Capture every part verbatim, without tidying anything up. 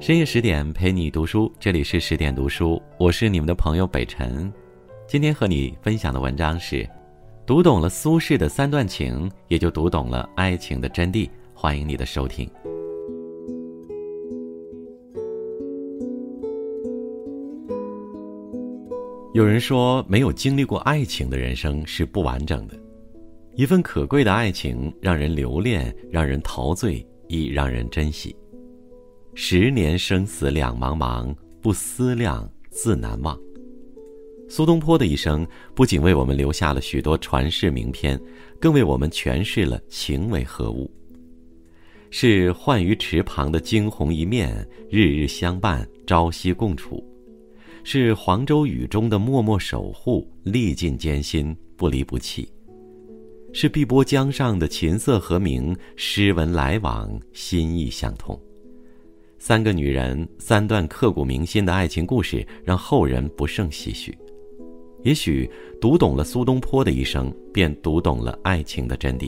深夜十点陪你读书，这里是十点读书，我是你们的朋友北辰。今天和你分享的文章是读懂了苏轼的三段情，也就读懂了爱情的真谛。欢迎你的收听。有人说，没有经历过爱情的人生是不完整的。一份可贵的爱情，让人留恋，让人陶醉，亦让人珍惜。十年生死两茫茫，不思量，自难忘。苏东坡的一生不仅为我们留下了许多传世名篇，更为我们诠释了情为何物。是浣鱼池旁的惊鸿一面，日日相伴，朝夕共处；是黄州雨中的默默守护，历尽艰辛，不离不弃；是碧波江上的琴瑟和鸣，诗文来往，心意相通。三个女人，三段刻骨铭心的爱情故事，让后人不胜唏嘘。也许读懂了苏东坡的一生，便读懂了爱情的真谛。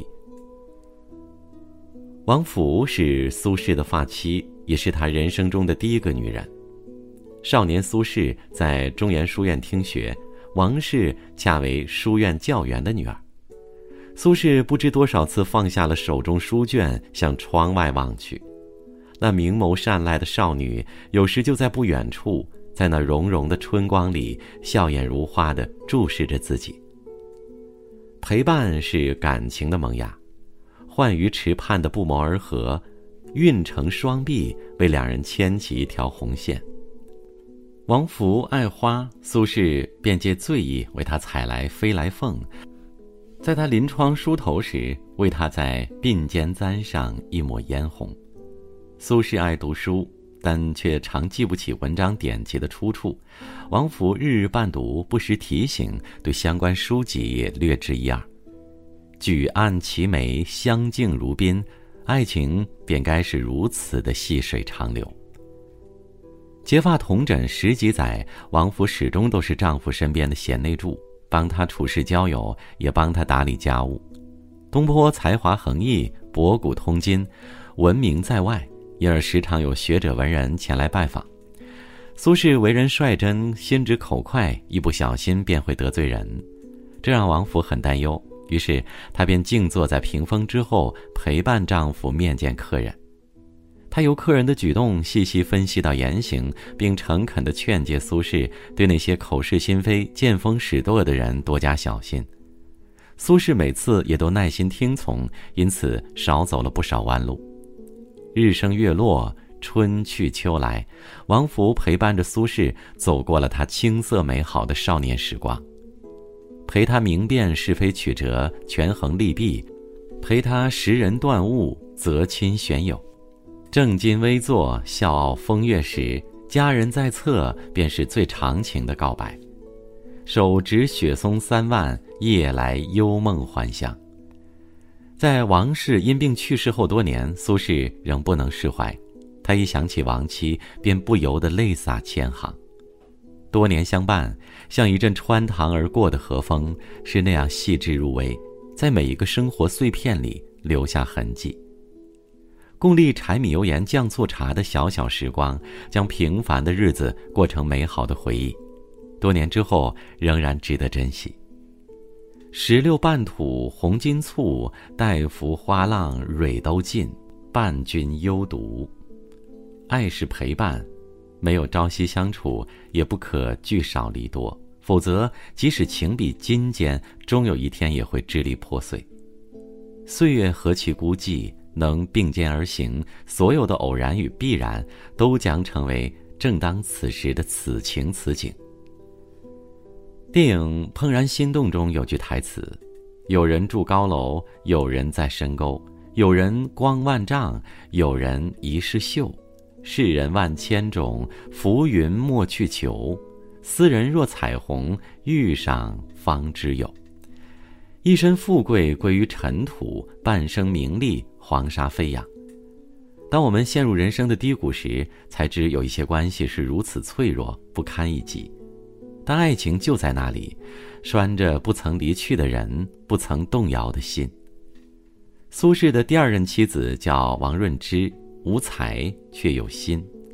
王弗是苏轼的发妻，也是他人生中的第一个女人。少年苏轼在中原书院听学，王氏嫁为书院教员的女儿。苏轼不知多少次放下了手中书卷，向窗外望去。那明眸善睐的少女，有时就在不远处，在那融融的春光里，笑眼如花地注视着自己。陪伴是感情的萌芽，浣鱼池畔的不谋而合，运成双臂，为两人牵起一条红线。王弗爱花，苏轼便借醉意为他采来飞来凤，在他临窗梳头时，为他在鬓间簪上一抹嫣红。苏轼爱读书，但却常记不起文章典籍的出处。王弗日日伴读，不时提醒，对相关书籍也略知一二。举案齐眉，相敬如宾，爱情便该是如此的细水长流。结发同枕十几载，王弗始终都是丈夫身边的贤内助，帮他处事交友，也帮他打理家务。东坡才华横溢，博古通今，闻名在外，因而时常有学者文人前来拜访。苏轼为人率真，心直口快，一不小心便会得罪人，这让王弗很担忧。于是她便静坐在屏风之后，陪伴丈夫面见客人。她由客人的举动细细分析到言行，并诚恳地劝诫苏轼对那些口是心非、见风使舵的人多加小心。苏轼每次也都耐心听从，因此少走了不少弯路。日升月落，春去秋来，王弗陪伴着苏轼走过了他青涩美好的少年时光，陪他明辨是非曲折，权衡利弊，陪他识人断物，择亲选友。正襟危坐，笑傲风月时，佳人在侧，便是最长情的告白。手执雪松三万，夜来幽梦还乡。在王氏因病去世后多年，苏轼仍不能释怀，他一想起亡妻，便不由得泪洒千行。多年相伴，像一阵穿堂而过的和风，是那样细致入微，在每一个生活碎片里留下痕迹。共历柴米油盐酱醋茶的小小时光，将平凡的日子过成美好的回忆，多年之后仍然值得珍惜。十六半土红巾簇，待拂花浪蕊都尽，伴君幽独。爱是陪伴，没有朝夕相处，也不可聚少离多，否则即使情比金坚，终有一天也会支离破碎。岁月何其孤寂，能并肩而行，所有的偶然与必然，都将成为正当此时的此情此景。电影《怦然心动》中有句台词：有人住高楼，有人在深沟，有人光万丈，有人一世秀。世人万千种，浮云莫去求。斯人若彩虹，遇上方知有。一身富贵归于尘土，半生名利黄沙飞扬。当我们陷入人生的低谷时，才知有一些关系是如此脆弱，不堪一击。但爱情就在那里，拴着不曾离去的人，不曾动摇的心。苏轼的第二任妻子叫王润之，无才却有心。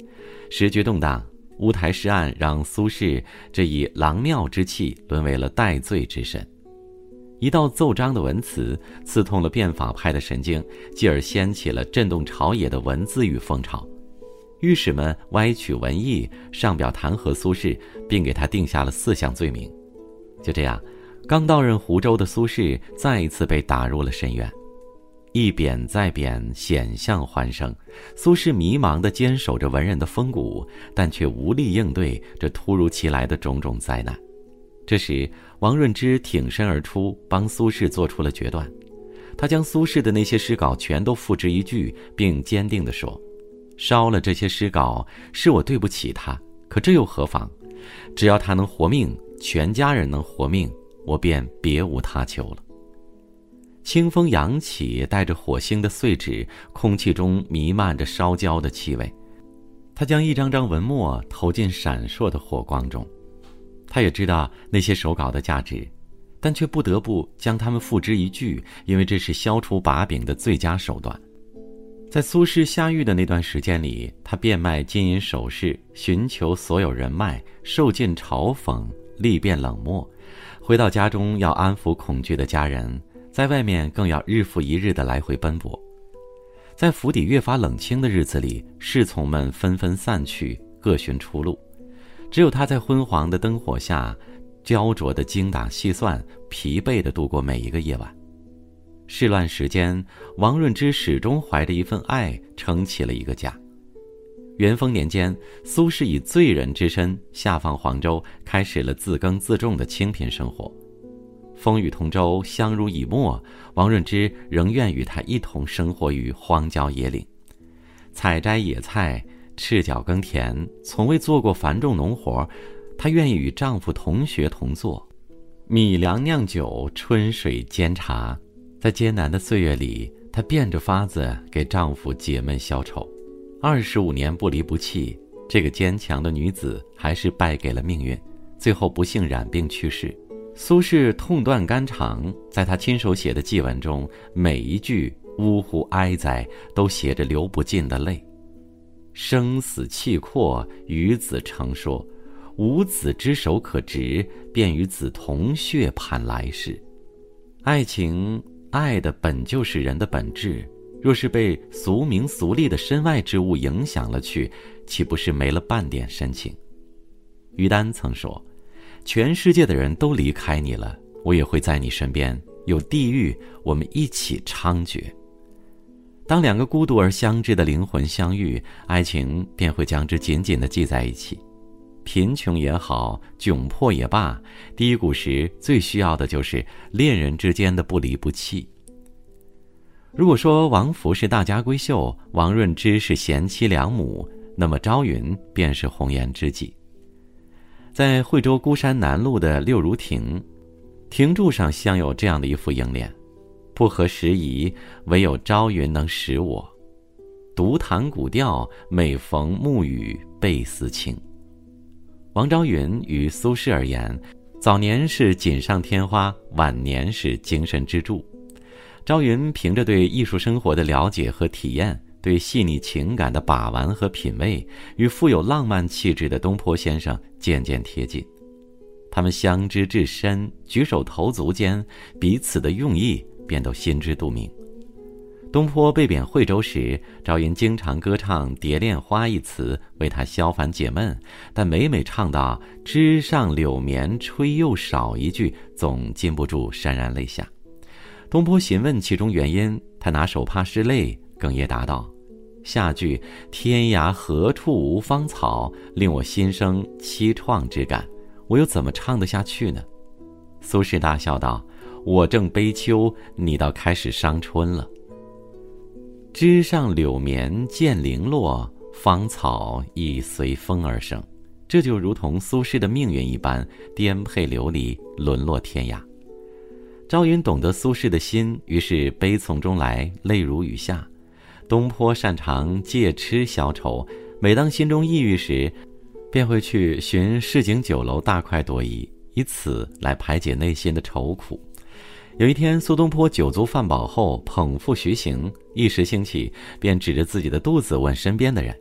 时局动荡，乌台诗案让苏轼这一郎庙之气沦为了戴罪之身。一道奏章的文词刺痛了变法派的神经，继而掀起了震动朝野的文字狱风潮。御史们歪曲文意，上表弹劾苏轼，并给他定下了四项罪名。就这样，刚到任湖州的苏轼再一次被打入了深渊。一贬再贬，险象环生，苏轼迷茫地坚守着文人的风骨，但却无力应对这突如其来的种种灾难。这时，王润之挺身而出，帮苏轼做出了决断。他将苏轼的那些诗稿全都付之一炬，并坚定地说：烧了这些诗稿是我对不起他，可这又何妨？只要他能活命，全家人能活命，我便别无他求了。清风扬起，带着火星的碎纸，空气中弥漫着烧焦的气味。他将一张张文墨投进闪烁的火光中。他也知道那些手稿的价值，但却不得不将它们付之一炬，因为这是消除把柄的最佳手段。在苏轼下狱的那段时间里，他变卖金银首饰，寻求所有人脉，受尽嘲讽，历遍冷漠。回到家中要安抚恐惧的家人，在外面更要日复一日的来回奔波。在府邸越发冷清的日子里，侍从们纷纷散去，各寻出路。只有他在昏黄的灯火下，焦灼地精打细算，疲惫地度过每一个夜晚。世乱时间，王润之始终怀着一份爱，撑起了一个家。元丰年间，苏轼以罪人之身下放黄州，开始了自耕自种的清贫生活。风雨同舟，相濡以沫，王润之仍愿与他一同生活于荒郊野岭，采摘野菜，赤脚耕田，从未做过繁重农活。她愿意与丈夫同学同坐，米粮酿酒，春水煎茶。在艰难的岁月里，她变着法子给丈夫解闷消愁。二十五年不离不弃，这个坚强的女子还是败给了命运，最后不幸染病去世。苏轼痛断肝肠，在他亲手写的祭文中，每一句呜呼哀哉都携着流不尽的泪。生死契阔，与子成说，无子之手可执，便与子同穴盼来世。爱情，爱的本就是人的本质，若是被俗名俗利的身外之物影响了去，岂不是没了半点深情？于丹曾说，全世界的人都离开你了，我也会在你身边，有地狱，我们一起猖獗。当两个孤独而相知的灵魂相遇，爱情便会将之紧紧地系在一起。贫穷也好，窘迫也罢，低谷时最需要的就是恋人之间的不离不弃。如果说王弗是大家闺秀，王润之是贤妻良母，那么朝云便是红颜知己。在惠州孤山南路的六如亭，亭柱上镶有这样的一副楹联：不合时宜，唯有朝云能使我。独弹古调，每逢暮雨倍思亲。王朝云与苏轼而言，早年是锦上添花，晚年是精神支柱。朝云凭着对艺术生活的了解和体验，对细腻情感的把玩和品味，与富有浪漫气质的东坡先生渐渐贴近。他们相知至深，举手投足间，彼此的用意便都心知肚明。东坡被贬惠州时，朝云经常歌唱《蝶恋花》一词为他消烦解闷，但每每唱到枝上柳绵吹又少一句，总禁不住潸然泪下。东坡询问其中原因，他拿手帕拭泪，哽咽答道：下句天涯何处无芳草，令我心生凄怆之感，我又怎么唱得下去呢？苏轼大笑道：我正悲秋，你倒开始伤春了。枝上柳绵渐零落，芳草亦随风而生。这就如同苏轼的命运一般，颠沛流离，沦落天涯。朝云懂得苏轼的心，于是悲从中来，泪如雨下。东坡擅长借吃消愁，每当心中抑郁时，便会去寻市井酒楼大快朵颐，以此来排解内心的愁苦。有一天，苏东坡酒足饭饱后，捧腹徐行，一时兴起，便指着自己的肚子问身边的人：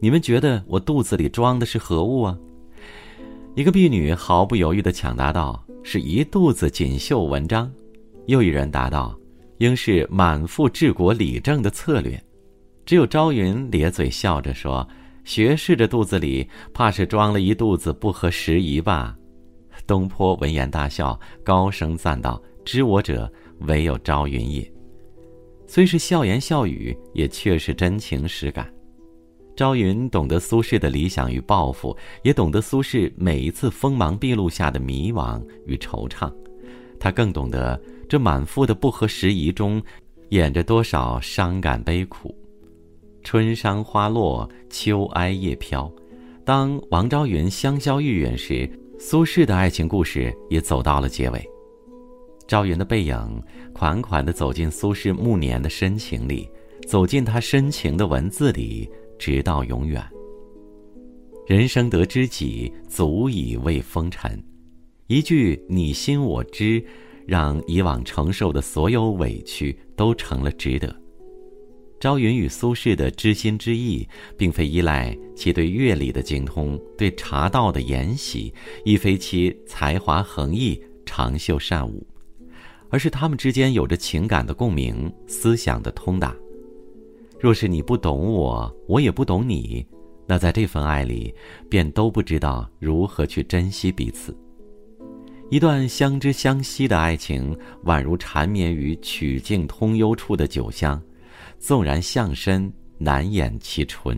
你们觉得我肚子里装的是何物啊？”一个婢女毫不犹豫地抢答道：“是一肚子锦绣文章。”又一人答道：“应是满腹治国理政的策略。”只有朝云咧嘴笑着说：“学士的肚子里怕是装了一肚子不合时宜吧？”东坡闻言大笑，高声赞道：“知我者，唯有朝云也。”虽是笑言笑语，也确是真情实感。朝云懂得苏轼的理想与抱负，也懂得苏轼每一次锋芒毕露下的迷惘与惆怅。他更懂得这满腹的不合时宜中掩着多少伤感悲苦。春山花落，秋哀叶飘。当王昭云香消玉殒时，苏轼的爱情故事也走到了结尾。朝云的背影款款地走进苏轼暮年的深情里，走进他深情的文字里，直到永远。人生得知己，足以慰风尘。一句你心我知，让以往承受的所有委屈都成了值得。朝云与苏轼的知心知意，并非依赖其对乐理的精通，对茶道的研习，亦非其才华横溢，长袖善舞，而是他们之间有着情感的共鸣，思想的通达。若是你不懂我，我也不懂你，那在这份爱里，便都不知道如何去珍惜彼此。一段相知相惜的爱情，宛如缠绵于曲径通幽处的酒香，纵然向深，难掩其纯。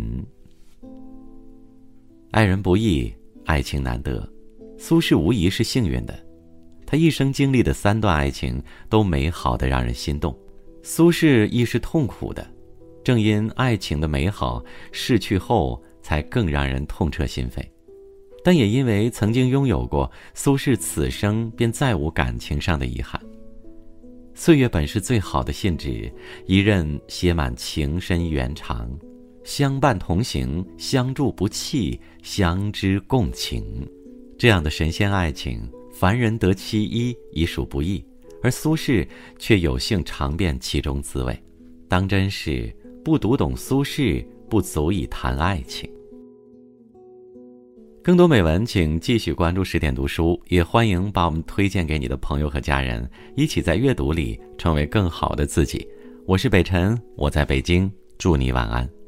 爱人不易，爱情难得。苏轼无疑是幸运的，他一生经历的三段爱情都美好的让人心动。苏轼亦是痛苦的，正因爱情的美好，逝去后才更让人痛彻心扉。但也因为曾经拥有过，苏轼此生便再无感情上的遗憾。岁月本是最好的信纸，一任写满情深缘长，相伴同行，相助不弃，相知共情。这样的神仙爱情，凡人得其一已属不易，而苏轼却有幸尝遍其中滋味。当真是不读懂苏轼，不足以谈爱情。更多美文请继续关注十点读书，也欢迎把我们推荐给你的朋友和家人，一起在阅读里成为更好的自己。我是北辰，我在北京，祝你晚安。